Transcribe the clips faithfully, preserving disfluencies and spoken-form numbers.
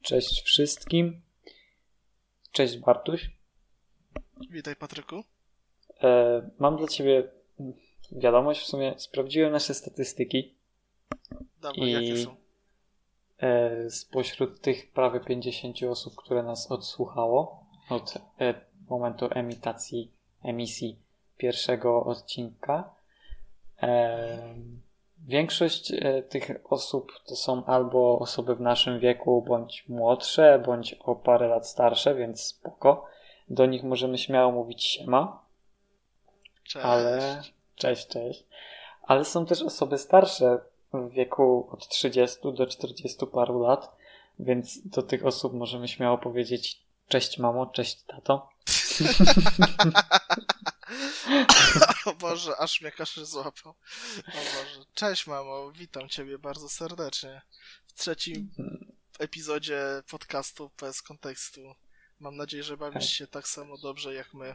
Cześć wszystkim. Cześć Bartuś. Witaj Patryku. E, mam dla Ciebie wiadomość, w sumie sprawdziłem nasze statystyki. Dawaj, i jakie są? e, spośród tych prawie pięćdziesięciu osób, które nas odsłuchało od e, momentu emitacji, emisji pierwszego odcinka, e, większość e, tych osób to są albo osoby w naszym wieku, bądź młodsze, bądź o parę lat starsze, więc spoko. Do nich możemy śmiało mówić siema. Cześć. Ale cześć, cześć. Ale są też osoby starsze w wieku od trzydziestu do czterdziestu paru lat, więc do tych osób możemy śmiało powiedzieć cześć mamo, cześć tato. O Boże, aż mnie kaszel złapał. O Boże. Cześć mamo, witam Ciebie bardzo serdecznie w trzecim epizodzie podcastu Bez Kontekstu. Mam nadzieję, że bawisz się tak samo dobrze jak my.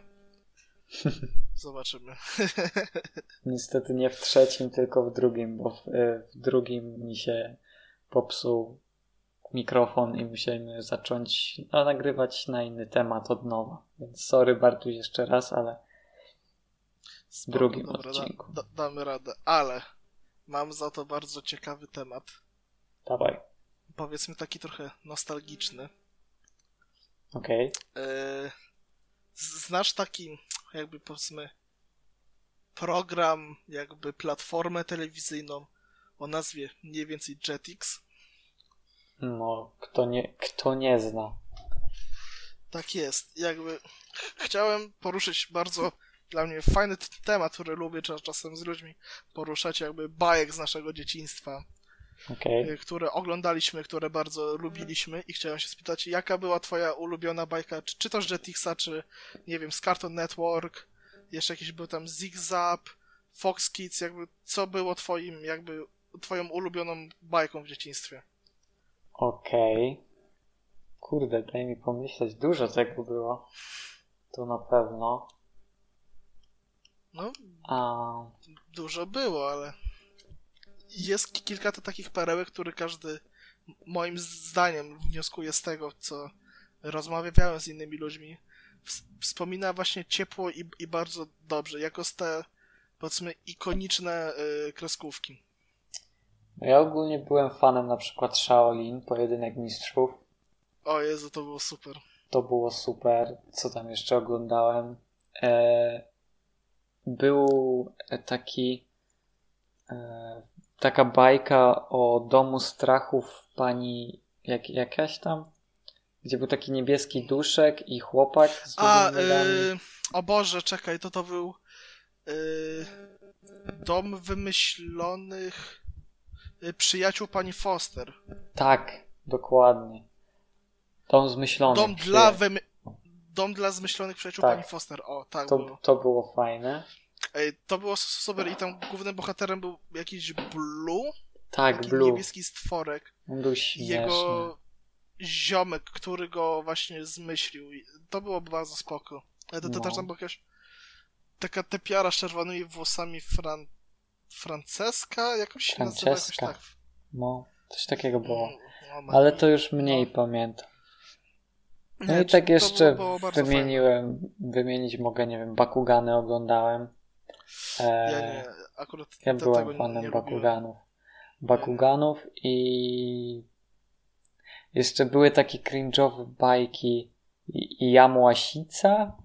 Zobaczymy. Niestety nie w trzecim, tylko w drugim, bo w, w drugim mi się popsuł mikrofon i musieliśmy zacząć no, nagrywać na inny temat od nowa. Więc sorry Bartuś jeszcze raz, ale w Spoko, drugim dobra, odcinku. Da, da, damy radę, ale mam za to bardzo ciekawy temat. Dawaj. Powiedzmy taki trochę nostalgiczny. Okej. Okay. Yy, znasz taki, jakby powiedzmy, program, jakby platformę telewizyjną o nazwie mniej więcej Jetix? No, kto nie, kto nie zna. Tak jest. Jakby ch- chciałem poruszyć bardzo dla mnie fajny t- temat, który lubię czas- czasem z ludźmi poruszać, jakby bajek z naszego dzieciństwa, Okay. y, które oglądaliśmy, które bardzo lubiliśmy i chciałem się spytać, jaka była twoja ulubiona bajka, czy, czy to z Jetixa, czy nie wiem, z Cartoon Network, jeszcze jakiś był tam Zig Zap, Fox Kids, jakby co było twoim, jakby twoją ulubioną bajką w dzieciństwie? Okej. Okay. Kurde, daj mi pomyśleć. Dużo tego było. To na pewno. No, A... dużo było, ale jest ki- kilka to takich perełek, które każdy moim zdaniem wnioskuje z tego, co rozmawiałem z innymi ludźmi. W- wspomina właśnie ciepło i, i bardzo dobrze, jako z te, powiedzmy, ikoniczne y, kreskówki. Ja ogólnie byłem fanem na przykład Shaolin, Pojedynek Mistrzów. O Jezu, to było super. To było super. Co tam jeszcze oglądałem? E... Był taki e... taka bajka o domu strachów pani jak, jakaś tam, gdzie był taki niebieski duszek i chłopak z A, nogami. y, o Boże, czekaj, to to był y, Dom Wymyślonych y, Przyjaciół pani Foster. Tak, dokładnie. Dom zmyślonych. Dom dla, wymy... Dom dla zmyślonych przyjaciół Tak. pani Foster. O, tak To, było. to było fajne. Ej, to było super i tam głównym bohaterem był jakiś Blue. Tak, Taki Blue. niebieski stworek. On był I śmieszny. jego ziomek, który go właśnie zmyślił. I to było bardzo spoko. Ale to, to No. też tam była jakaś taka tepiara z czerwonymi włosami Fran... Franceska? Jakoś się nazywa jakoś Franceska. tak. No, coś takiego było. No, no, Ale to już mniej no. pamiętam. No Nie, i tak to jeszcze było, było bardzo wymieniłem, wymienić mogę, nie wiem, Bakugany oglądałem. E, Ja nie, akurat ja te, byłem tego fanem nie Bakuganów. Bakuganów i jeszcze były takie cringe'owe bajki i, i Jamuasica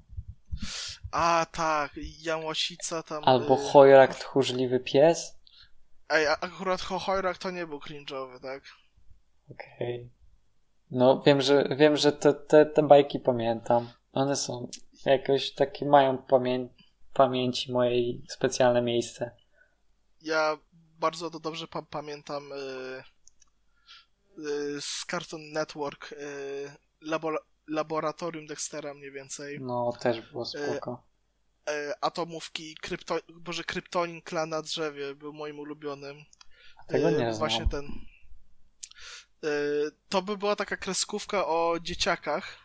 A, tak, Jamłasica tam... albo y... Chojrak Tchórzliwy Pies. Ej, a akurat Hohojrak to nie był cringe'owy, tak? Okej. Okay. No wiem, że wiem, że te, te, te bajki pamiętam. One są jakoś takie, mają pamię- pamięci mojej specjalne miejsce. Ja bardzo to dobrze pa- pamiętam y... Y... z Cartoon Network y... Labora- Laboratorium Dextera mniej więcej. No też było spoko. Y... Y... Atomówki, krypto... Boże, Kryptonin Klan na drzewie był moim ulubionym. A tego nie y... znam. Właśnie ten... Y... To by była taka kreskówka o dzieciakach,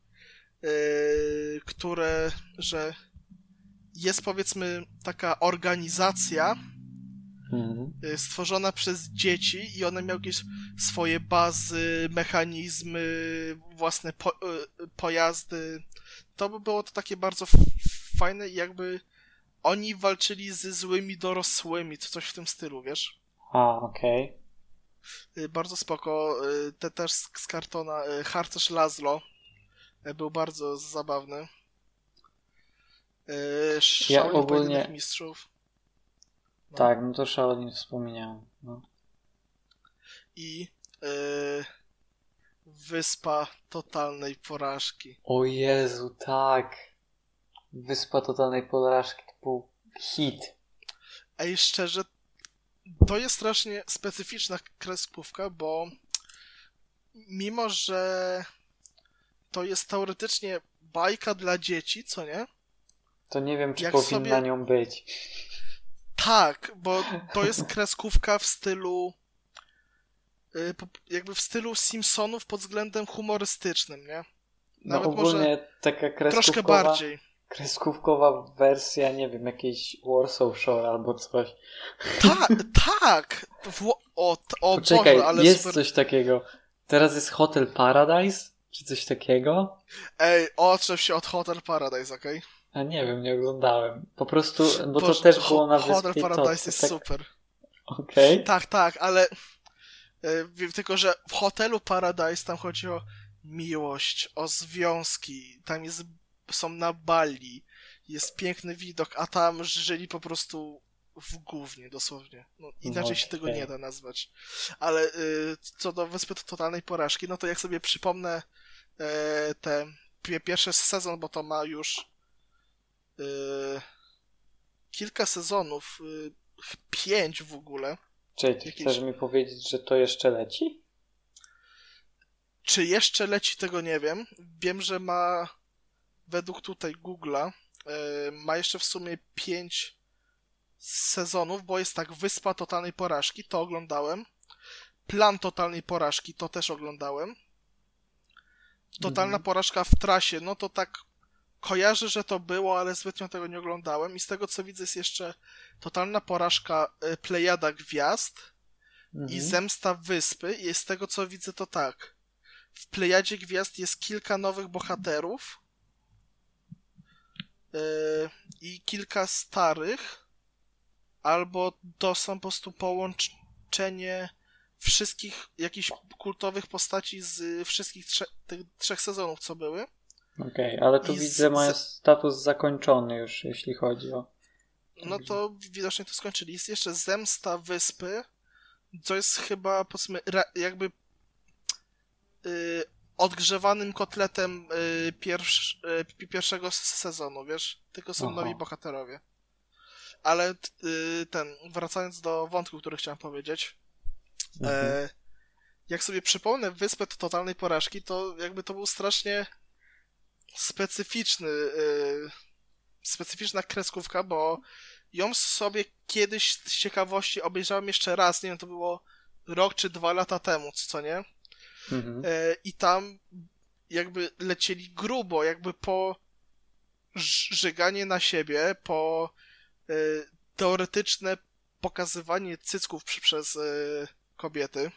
y... które, że jest powiedzmy taka organizacja, Mhm. stworzona przez dzieci i one miały jakieś swoje bazy, mechanizmy, własne po, pojazdy. To by było to takie bardzo f- fajne i jakby oni walczyli z złymi dorosłymi, coś w tym stylu, wiesz? A, okej. Y, Bardzo spoko. Y, Te też z z kartona. y, Harcerz Laszlo y, był bardzo zabawny. Y, Shaolin ogólnie- Pojedynek Mistrzów. No. Tak, no to Shaolin wspomniałem. No. I y, Wyspa Totalnej Porażki. O Jezu, tak. Wyspa Totalnej Porażki to był hit. Ej, szczerze, to jest strasznie specyficzna kreskówka, bo mimo, że to jest teoretycznie bajka dla dzieci, co nie? To nie wiem, czy Jak powinna sobie- nią być. Tak, bo to jest kreskówka w stylu y, po- jakby w stylu Simpsonów pod względem humorystycznym, nie? No Nawet ogólnie taka Troszkę kreskówkowa, bardziej. kreskówkowa wersja, nie wiem, jakiejś Warsaw Shore albo coś. Tak, tak! Wło- o, t- o Poczekaj, Boże, ale jest super. coś takiego. Teraz jest Hotel Paradise? Czy coś takiego? Ej, odczep się od Hotel Paradise, okej? A nie wiem, nie oglądałem. Po prostu, bo Boże, to też Ho- było na Hotel wyspie. Paradise to, jest tak, super. Okej. Tak, tak, ale y, wiem tylko, że w Hotelu Paradise tam chodzi o miłość, o związki, tam jest, są na Bali, jest piękny widok, a tam żyli po prostu w gównie, dosłownie. No, inaczej się tego Okej. nie da nazwać. Ale y, co do Wyspy Totalnej Porażki, no to jak sobie przypomnę y, te pie- pierwszy sezon, bo to ma już y, kilka sezonów, y, pięć w ogóle. Czyli ty Jakieś- chcesz mi powiedzieć, że to jeszcze leci? Czy jeszcze leci, tego nie wiem. Wiem, że ma według tutaj Google'a yy, ma jeszcze w sumie pięć sezonów, bo jest tak Wyspa Totalnej Porażki, to oglądałem. Plan Totalnej Porażki, to też oglądałem. Totalna Mhm. Porażka w trasie, no to tak kojarzę, że to było, ale zbytnio tego nie oglądałem. I z tego co widzę jest jeszcze Totalna Porażka y, Plejada Gwiazd i Mhm. Zemsta Wyspy. I z tego co widzę to tak. W Plejadzie Gwiazd jest kilka nowych bohaterów yy, i kilka starych, albo to są po prostu połączenie wszystkich jakichś kultowych postaci z wszystkich trze- tych trzech sezonów, co były. Okej, ale tu I z- widzę, mają z- status zakończony już, jeśli chodzi o... No to widocznie to skończyli. Jest jeszcze Zemsta Wyspy, co jest chyba, powiedzmy, ra- jakby yy, odgrzewanym kotletem yy, pierwsz, yy, pierwszego s- sezonu, wiesz? Tylko są Aha. nowi bohaterowie. Ale t- yy, ten, wracając do wątku, który chciałem powiedzieć, Mhm. e, jak sobie przypomnę Wyspę Totalnej Porażki, to jakby to był strasznie specyficzny, yy, specyficzna kreskówka, bo ją sobie kiedyś z ciekawości obejrzałem jeszcze raz, nie wiem, to było rok czy dwa lata temu, co nie? Mhm. E, I tam jakby lecieli grubo, jakby po ż- żyganie na siebie, po e, teoretyczne pokazywanie cycków przy, przez e, kobiety,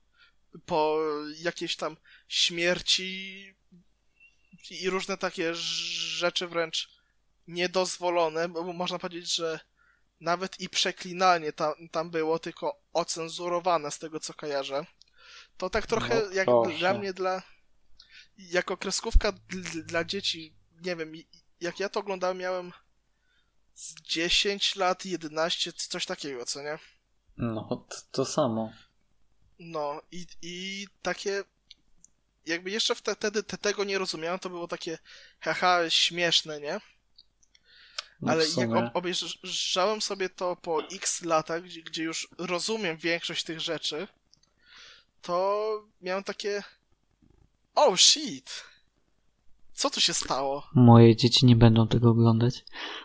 po jakieś tam śmierci i różne takie ż- rzeczy wręcz niedozwolone, bo można powiedzieć, że nawet i przeklinanie tam, tam było, tylko ocenzurowane z tego, co kojarzę. To tak trochę No jak proszę. dla mnie, dla jako kreskówka dl, dla dzieci, nie wiem, i- jak ja to oglądałem, miałem z dziesięć lat, jedenaście, c- coś takiego, co nie? No, to, to samo. No i, i takie jakby jeszcze wte- wtedy te, tego nie rozumiałem, to było takie haha, śmieszne, nie? No Ale w sumie. jak ob- obejrzałem sobie to po x latach, gdzie, gdzie już rozumiem większość tych rzeczy, to miałem takie oh shit! Co tu się stało? Moje dzieci nie będą tego oglądać.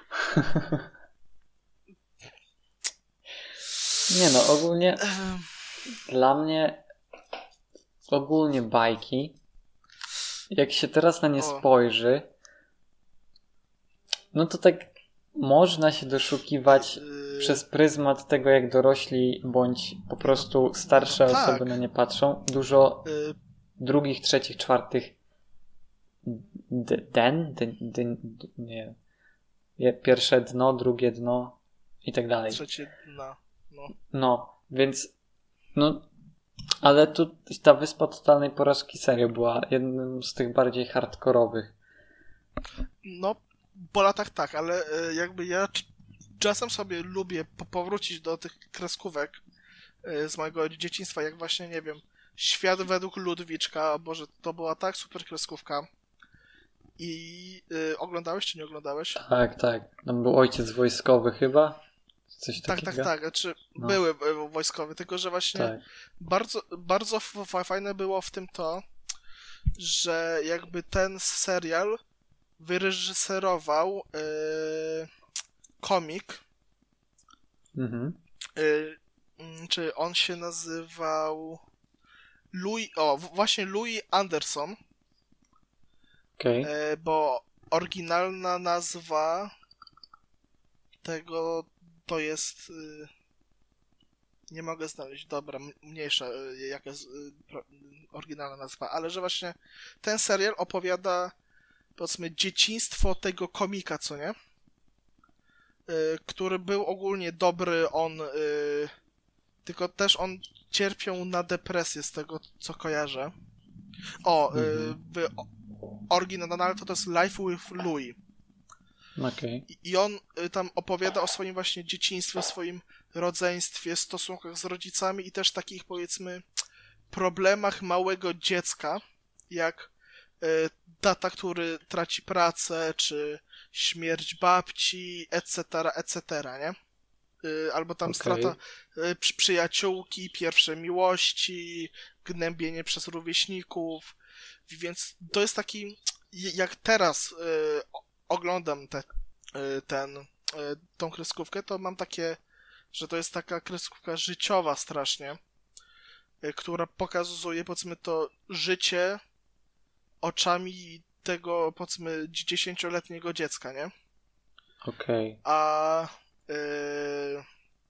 Nie no, ogólnie Ehm, dla mnie ogólnie bajki, jak się teraz na nie O. spojrzy, no to tak można się doszukiwać yy, przez pryzmat tego, jak dorośli bądź po prostu starsze no, tak. osoby na nie patrzą. Dużo y... drugich, trzecich, czwartych d- den, d- d- d- nie pierwsze dno, drugie dno i tak dalej. Trzecie dno. No. no, więc no, ale tu ta Wyspa Totalnej Porażki serio była jednym z tych bardziej hardkorowych. No, po latach tak, ale jakby ja czasem sobie lubię powrócić do tych kreskówek z mojego dzieciństwa, jak właśnie, nie wiem, Świat według Ludwiczka, Boże, to była tak super kreskówka. I y, oglądałeś czy nie oglądałeś? Tak, tak. Tam był ojciec wojskowy chyba. Coś tak, takiego. tak, tak. Znaczy, no. były wojskowe, tylko że właśnie tak. bardzo, bardzo fajne było w tym to, że jakby ten serial wyreżyserował yy, komik. Mhm. Yy, czy on się nazywał Louis, o właśnie Louis Anderson. Okay. Yy, bo oryginalna nazwa tego to jest yy, nie mogę znaleźć, dobra, mniejsza yy, jaka jest yy, pro, yy, oryginalna nazwa, ale że właśnie ten serial opowiada, powiedzmy, dzieciństwo tego komika, co nie? Yy, który był ogólnie dobry, on yy, tylko też on cierpiał na depresję z tego, co kojarzę. O, yy, w oryginalne to to jest Life with Louis. Okay. I, I on y, tam opowiada o swoim właśnie dzieciństwie, o swoim rodzeństwie, stosunkach z rodzicami i też takich, powiedzmy, problemach małego dziecka, jak y, tata, który traci pracę, czy śmierć babci, et cetera, et cetera, nie? Y, albo tam okay. strata y, przy, przyjaciółki, pierwsze miłości, gnębienie przez rówieśników, więc to jest taki, jak teraz y, oglądam te, ten, tą kreskówkę, to mam takie, że to jest taka kreskówka życiowa strasznie, która pokazuje, powiedzmy, to życie oczami tego, powiedzmy, dziesięcioletniego dziecka, nie? Okej. Okay. A yy,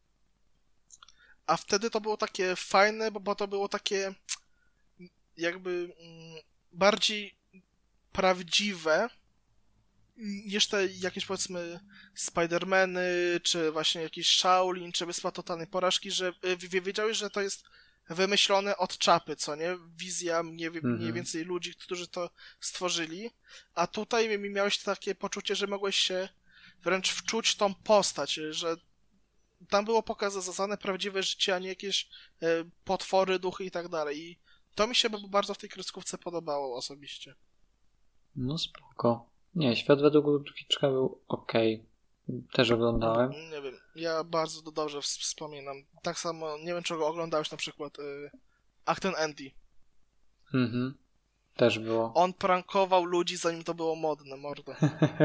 a wtedy to było takie fajne, bo, bo to było takie jakby mm, bardziej prawdziwe niż te jakieś, powiedzmy, Spider-Many, czy właśnie jakiś Shaolin, czy Wyspa Totalnej Porażki, że wiedziałeś, że to jest wymyślone od czapy, co nie? Wizja mniej, mm-hmm. mniej więcej ludzi, którzy to stworzyli, a tutaj miałeś takie poczucie, że mogłeś się wręcz wczuć tą postać, że tam było pokazane prawdziwe życie, a nie jakieś potwory, duchy i tak dalej. I to mi się bardzo w tej kreskówce podobało osobiście. No spoko. Nie, Świat według Ludwiczka był okej. Okay. Też oglądałem. Nie wiem, ja bardzo dobrze wspominam. Tak samo, nie wiem, czego oglądałeś na przykład yy, Acten Andy. Mhm. Też było. On prankował ludzi, zanim to było modne, mordo.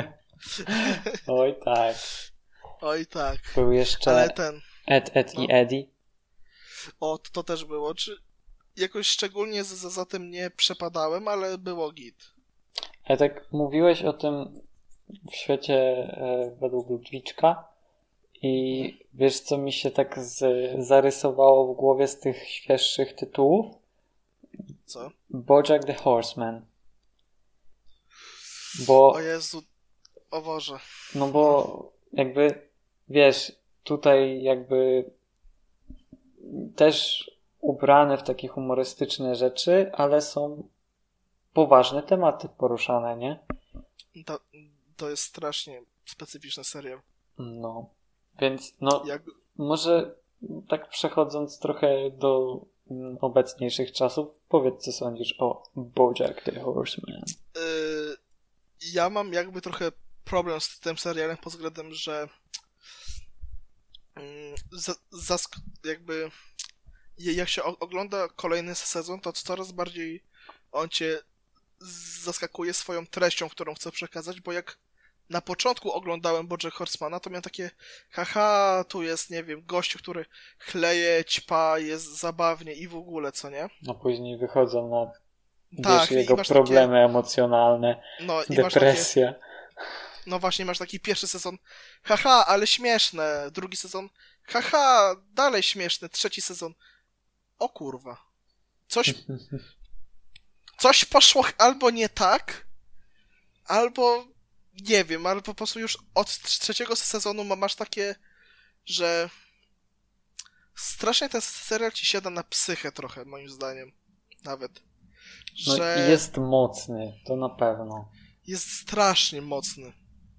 Oj tak. Oj tak. Był jeszcze Ale ten... Ed, Ed no. i Eddie. O, to, to też było. Czy jakoś szczególnie za, za tym nie przepadałem, ale było git. Ale tak mówiłeś o tym w świecie e, według Ludwiczka i wiesz, co mi się tak z, zarysowało w głowie z tych świeższych tytułów? Co? BoJack the Horseman. Bo... O Jezu, o Boże. No bo jakby, wiesz, tutaj jakby też ubrane w takie humorystyczne rzeczy, ale są poważne tematy poruszane, nie? To, to jest strasznie specyficzny serial. No, więc no, Jak... może tak przechodząc trochę do obecniejszych czasów, powiedz, co sądzisz o BoJack the Horseman. Yy, ja mam jakby trochę problem z tym serialem pod względem, że yy, za, zask- jakby jak się ogląda kolejny sezon, to coraz bardziej on cię zaskakuje swoją treścią, którą chcę przekazać, bo jak na początku oglądałem BoJack Horsemana, to miałem takie haha, tu jest, nie wiem, gościu, który chleje, ćpa, jest zabawnie i w ogóle, co nie? A później wychodzą na tak, wiesz, jego problemy takie... emocjonalne, no, i depresja. Masz takie... No właśnie, masz taki pierwszy sezon, haha, ale śmieszne. Drugi sezon, haha, dalej śmieszne. Trzeci sezon, o kurwa. Coś, coś poszło albo nie tak, albo nie wiem, albo po prostu już od trzeciego sezonu masz takie, że strasznie ten serial ci siada na psychę trochę, moim zdaniem. Nawet. Że No jest mocny, to na pewno. Jest strasznie mocny.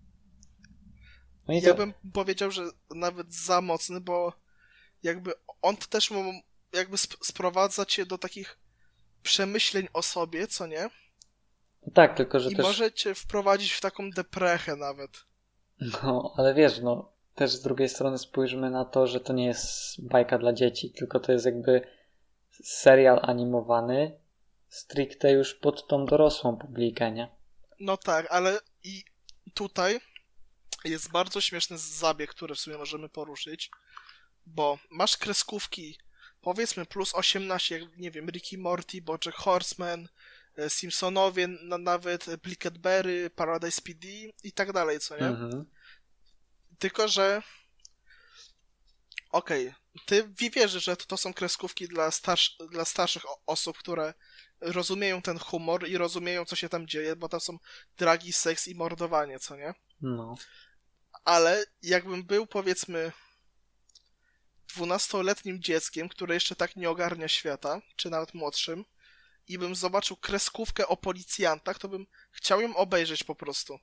No i ja to... bym powiedział, że nawet za mocny, bo jakby on też mu jakby sp- sprowadza cię do takich przemyśleń o sobie, co nie? Tak, tylko że I też... może cię wprowadzić w taką deprechę nawet. No, ale wiesz, no też z drugiej strony spójrzmy na to, że to nie jest bajka dla dzieci, tylko to jest jakby serial animowany stricte już pod tą dorosłą publikę, nie? No tak, ale i tutaj jest bardzo śmieszny zabieg, który w sumie możemy poruszyć, bo masz kreskówki, powiedzmy plus osiemnaście, jak nie wiem, Ricky Morty, BoJack Horseman, Simpsonowie, na, nawet Brickleberry, Paradise P D i tak dalej, co nie? Mhm. Tylko, że okej, okay, ty wierzysz, że to, to są kreskówki dla, starsz- dla starszych osób, które rozumieją ten humor i rozumieją, co się tam dzieje, bo tam są dragi, seks i mordowanie, co nie? No. Ale jakbym był, powiedzmy, dwunastoletnim dzieckiem, które jeszcze tak nie ogarnia świata, czy nawet młodszym, i bym zobaczył kreskówkę o policjantach, to bym chciał ją obejrzeć po prostu.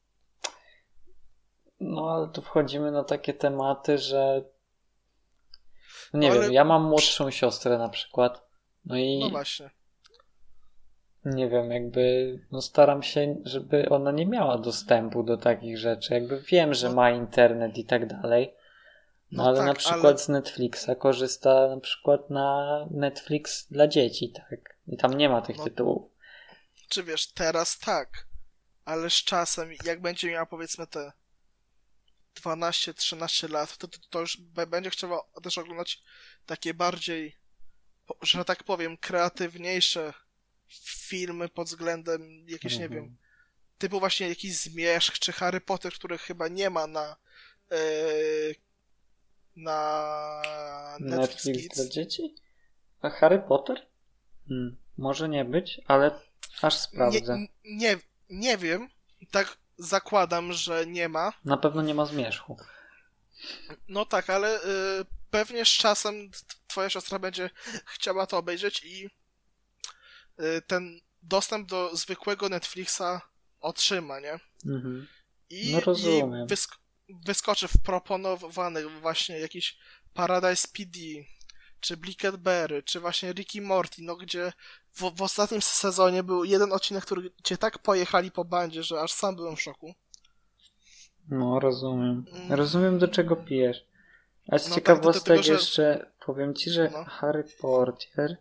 No, ale tu wchodzimy na takie tematy, że nie no, wiem, ale... ja mam młodszą siostrę na przykład. No i no właśnie. Nie wiem, jakby no staram się, żeby ona nie miała dostępu do takich rzeczy. Jakby wiem, że no, ma internet i tak dalej. No, no ale tak, na przykład ale... z Netflixa korzysta na przykład na Netflix dla dzieci, tak? I tam nie ma tych no, tytułów. Czy wiesz, teraz tak, ale z czasem, jak będzie miała powiedzmy te dwanaście trzynaście lat, to, to, to już będzie chciała też oglądać takie bardziej, że tak powiem, kreatywniejsze filmy pod względem jakieś, mhm. nie wiem, typu właśnie jakiś Zmierzch czy Harry Potter, których chyba nie ma na yy, na Netflix, Netflix Kids. dla dzieci? A Harry Potter? Hmm, może nie być, ale aż sprawdzę. Nie, nie, nie wiem, tak zakładam, że nie ma. Na pewno nie ma Zmierzchu. No tak, ale yy, pewnie z czasem twoja siostra będzie chciała to obejrzeć i yy, ten dostęp do zwykłego Netflixa otrzyma, nie? Mhm. I, no rozumiem. i wysk- wyskoczy w proponowanych właśnie jakiś Paradise P D, czy Brickleberry, czy właśnie Ricky Morty, no gdzie w, w ostatnim sezonie był jeden odcinek, który cię tak pojechali po bandzie, że aż sam byłem w szoku. No, rozumiem. Rozumiem, do czego pijesz. A z no ciekawostek tak, tego, jeszcze że... powiem ci, że no. Harry Potter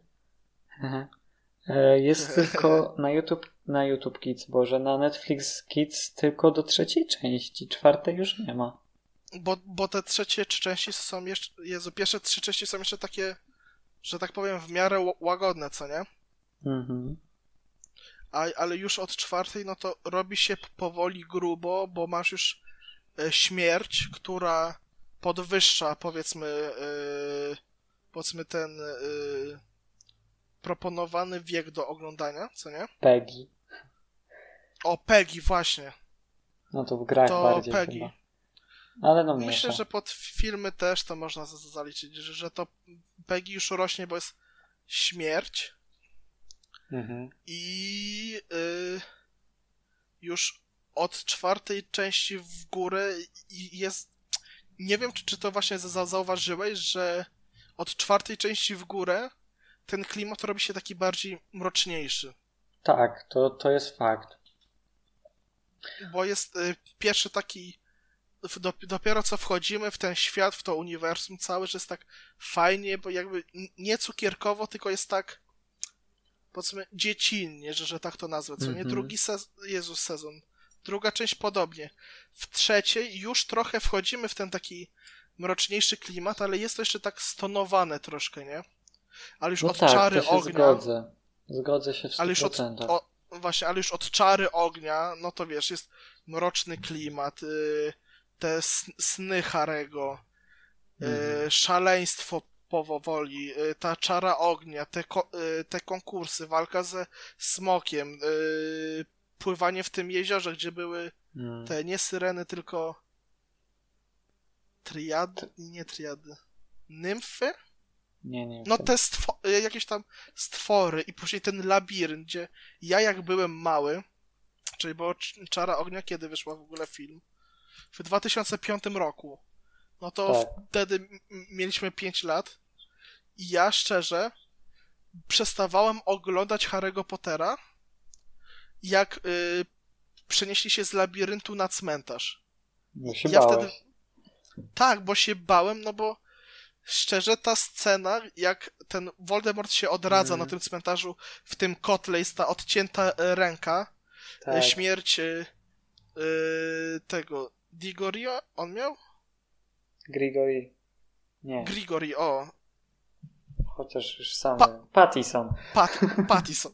jest tylko na YouTube, na YouTube Kids, boże, na Netflix Kids tylko do trzeciej części, czwartej już nie ma. Bo, bo te trzecie części są jeszcze, Jezu, pierwsze trzy części są jeszcze takie, że tak powiem, w miarę łagodne, co nie? Mhm. A, ale już od czwartej, no to robi się powoli grubo, bo masz już e, śmierć, która podwyższa, powiedzmy, e, powiedzmy ten e, proponowany wiek do oglądania, co nie? Peggy. O, Peggy, właśnie. No to w grach to bardziej Peggy. chyba. Ale no miesza. Myślę, że pod filmy też to można z- zaliczyć, że, że to Peggy już rośnie, bo jest śmierć. Mhm. I y, już od czwartej części w górę jest... Nie wiem, czy, czy to właśnie za- zauważyłeś, że od czwartej części w górę ten klimat robi się taki bardziej mroczniejszy. Tak, to, to jest fakt. Bo jest y, pierwszy taki... Dopiero co wchodzimy w ten świat, w to uniwersum całe, że jest tak fajnie, bo jakby nie cukierkowo, tylko jest tak, powiedzmy, dziecinnie, że, że tak to nazwę, co nie? Mm-hmm. Drugi sezon, Jezus sezon, druga część podobnie. W trzeciej już trochę wchodzimy w ten taki mroczniejszy klimat, ale jest to jeszcze tak stonowane troszkę, nie? Ale już no od tak, czary to się ognia... zgodzę. Zgodzę się w stu procentach. Ale już od, o, właśnie, ale już od Czary Ognia, no to wiesz, jest mroczny klimat, y, te sn- sny Harego, y, Mhm. szaleństwo powoli, y, ta Czara Ognia, te, ko- y, te konkursy, walka ze smokiem, y, pływanie w tym jeziorze, gdzie były Mm. te nie syreny, tylko triady, nie triady, nymfy? Nie, nie. No to- te stwo- y, jakieś tam stwory i później ten labirynt, gdzie ja jak byłem mały, czyli było Cz- Czara Ognia, kiedy wyszła w ogóle film? W dwa tysiące piątym roku. No to Tak. wtedy m- m- mieliśmy pięć lat i ja szczerze przestawałem oglądać Harry'ego Pottera, jak y, przenieśli się z labiryntu na cmentarz. Bo się ja bałeś. wtedy Tak, bo się bałem, no bo szczerze ta scena, jak ten Voldemort się odradza Mm. na tym cmentarzu, w tym kotle jest ta odcięta e, ręka, e, Tak. śmierć e, e, tego Digorio, on miał? Grigori. Nie, Grigori, o, chociaż już sam. Pa- wiem. Pattison. Pat, Pattison.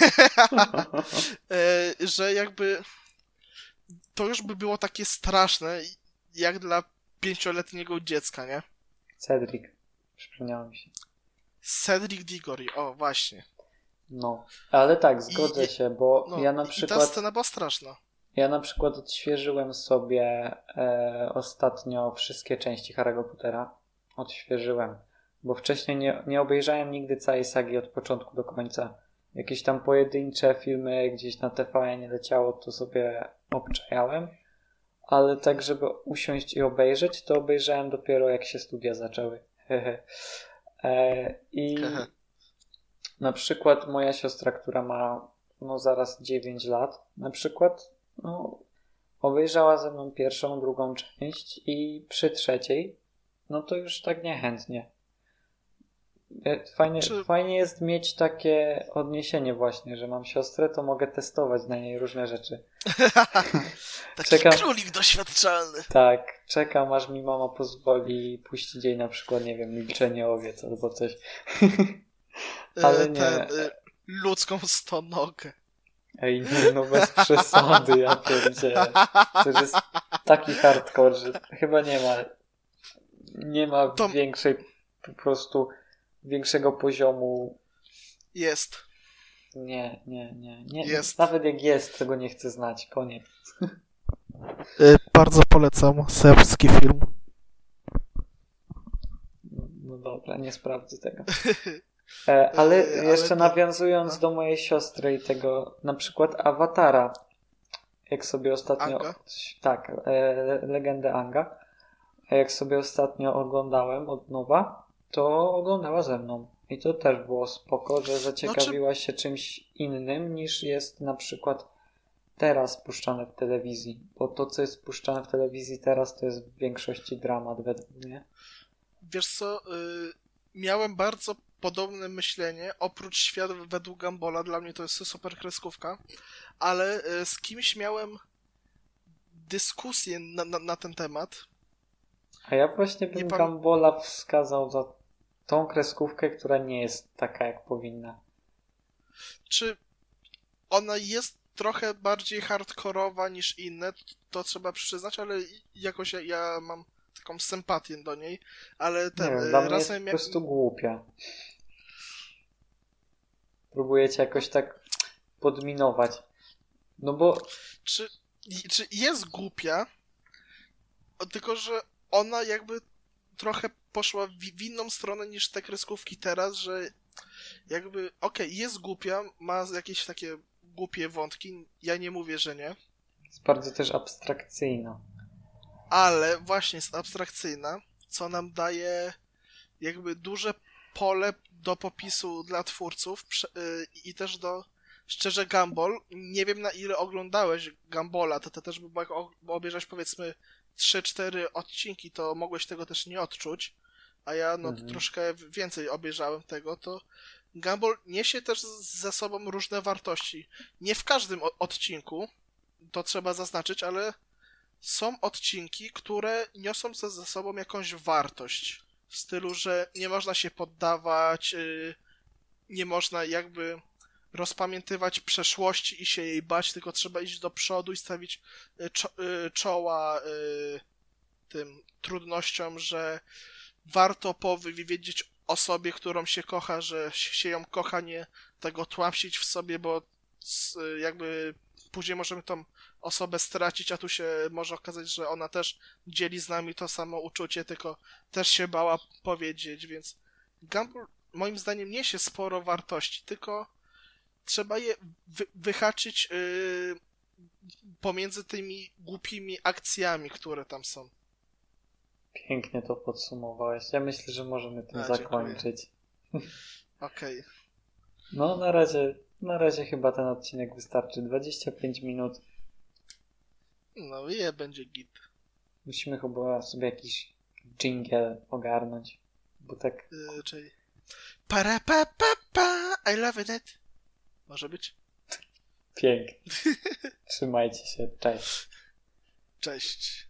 e, że jakby to już by było takie straszne, jak dla pięcioletniego dziecka, nie? Cedric. Przypomniało mi się. Cedric Diggory, o właśnie. No, ale tak, zgodzę I- się, bo No, ja na i ta przykład scena była straszna. ja na przykład odświeżyłem sobie e, ostatnio wszystkie części Harry'ego Pottera. Odświeżyłem, bo wcześniej nie, nie obejrzałem nigdy całej sagi od początku do końca. Jakieś tam pojedyncze filmy gdzieś na T V N nie leciało, to sobie obczajałem, ale tak, żeby usiąść i obejrzeć, to obejrzałem dopiero jak się studia zaczęły. e, I Hehe. na przykład moja siostra, która ma no zaraz dziewięć lat, na przykład no, obejrzała ze mną pierwszą, drugą część i przy trzeciej, no to już tak niechętnie. E, Fajnie, Czy- fajnie jest mieć takie odniesienie właśnie, że mam siostrę, to mogę testować na niej różne rzeczy. Taki Czekam. królik doświadczalny. Tak, czekam aż mi mama pozwoli puścić jej na przykład, nie wiem, milczenie owiec albo coś. Ale E, nie. Ten, e, ludzką stonogę. Ej, nie, no bez przesady, ja pierdzielę. To jest taki hardcore, że chyba nie ma nie ma To- większej po prostu większego poziomu. Jest. Nie, nie, nie, nie. Jest. Nawet jak jest, tego nie chcę znać. Koniec. E, bardzo polecam serbski film. No, no dobra, nie sprawdzę tego. E, ale E, ale jeszcze to- nawiązując no. do mojej siostry i tego, na przykład Awatara, jak sobie ostatnio... Anga? Tak, e, legendę Anga. A jak sobie ostatnio oglądałem od nowa, to oglądała ze mną. I to też było spoko, że zaciekawiła się czymś innym niż jest na przykład teraz puszczane w telewizji. Bo to, co jest puszczane w telewizji teraz, to jest w większości dramat według mnie. Wiesz co, y, miałem bardzo podobne myślenie, oprócz Świat według Gambola, dla mnie to jest super kreskówka, ale y, z kimś miałem dyskusję na, na, na ten temat. A ja właśnie bym Nie pamię- Gambola wskazał za tą kreskówkę, która nie jest taka, jak powinna. Czy ona jest trochę bardziej hardkorowa niż inne, to trzeba przyznać, ale jakoś ja, ja mam taką sympatię do niej, ale Nie ten, wiem, y, dla mnie jest razem po jak... prostu głupia. Próbujecie jakoś tak podminować. No bo Czy, i- czy jest głupia, o, tylko że ona jakby trochę poszła w, w inną stronę niż te kreskówki teraz, że jakby, okej, jest głupia, ma jakieś takie głupie wątki, ja nie mówię, że nie, jest bardzo też abstrakcyjna. ale właśnie jest abstrakcyjna, co nam daje jakby duże pole do popisu dla twórców prze- y, i też do, szczerze, Gumball, nie wiem na ile oglądałeś Gumbola, to, to też by było, jak o- obejrzeć powiedzmy trzy cztery odcinki, to mogłeś tego też nie odczuć, a ja no Mhm. troszkę więcej obejrzałem tego, to Gumball niesie też z- ze sobą różne wartości. Nie w każdym o- odcinku, to trzeba zaznaczyć, ale są odcinki, które niosą ze, ze sobą jakąś wartość. W stylu, że nie można się poddawać, yy, nie można jakby rozpamiętywać przeszłości i się jej bać, tylko trzeba iść do przodu i stawić y, czo y, czoła y, tym trudnościom, że warto powiedzieć osobie, którą się kocha, że się ją kocha, nie tego tłamsić w sobie, bo jakby później możemy tą osobę stracić, a tu się może okazać, że ona też dzieli z nami to samo uczucie, tylko też się bała powiedzieć, więc Gumball moim zdaniem niesie sporo wartości, tylko trzeba je wy wyhaczyć yy, pomiędzy tymi głupimi akcjami, które tam są. Pięknie to podsumowałeś. Ja myślę, że możemy tym A, zakończyć. Okej. Okay. No na razie, na razie chyba ten odcinek wystarczy. dwadzieścia pięć minut. No i będzie git. Musimy chyba sobie jakiś jingle ogarnąć, bo tak... Yy, czyli... Para pa pa pa, I love it. Może być? Pięknie. Trzymajcie się. Cześć. Cześć.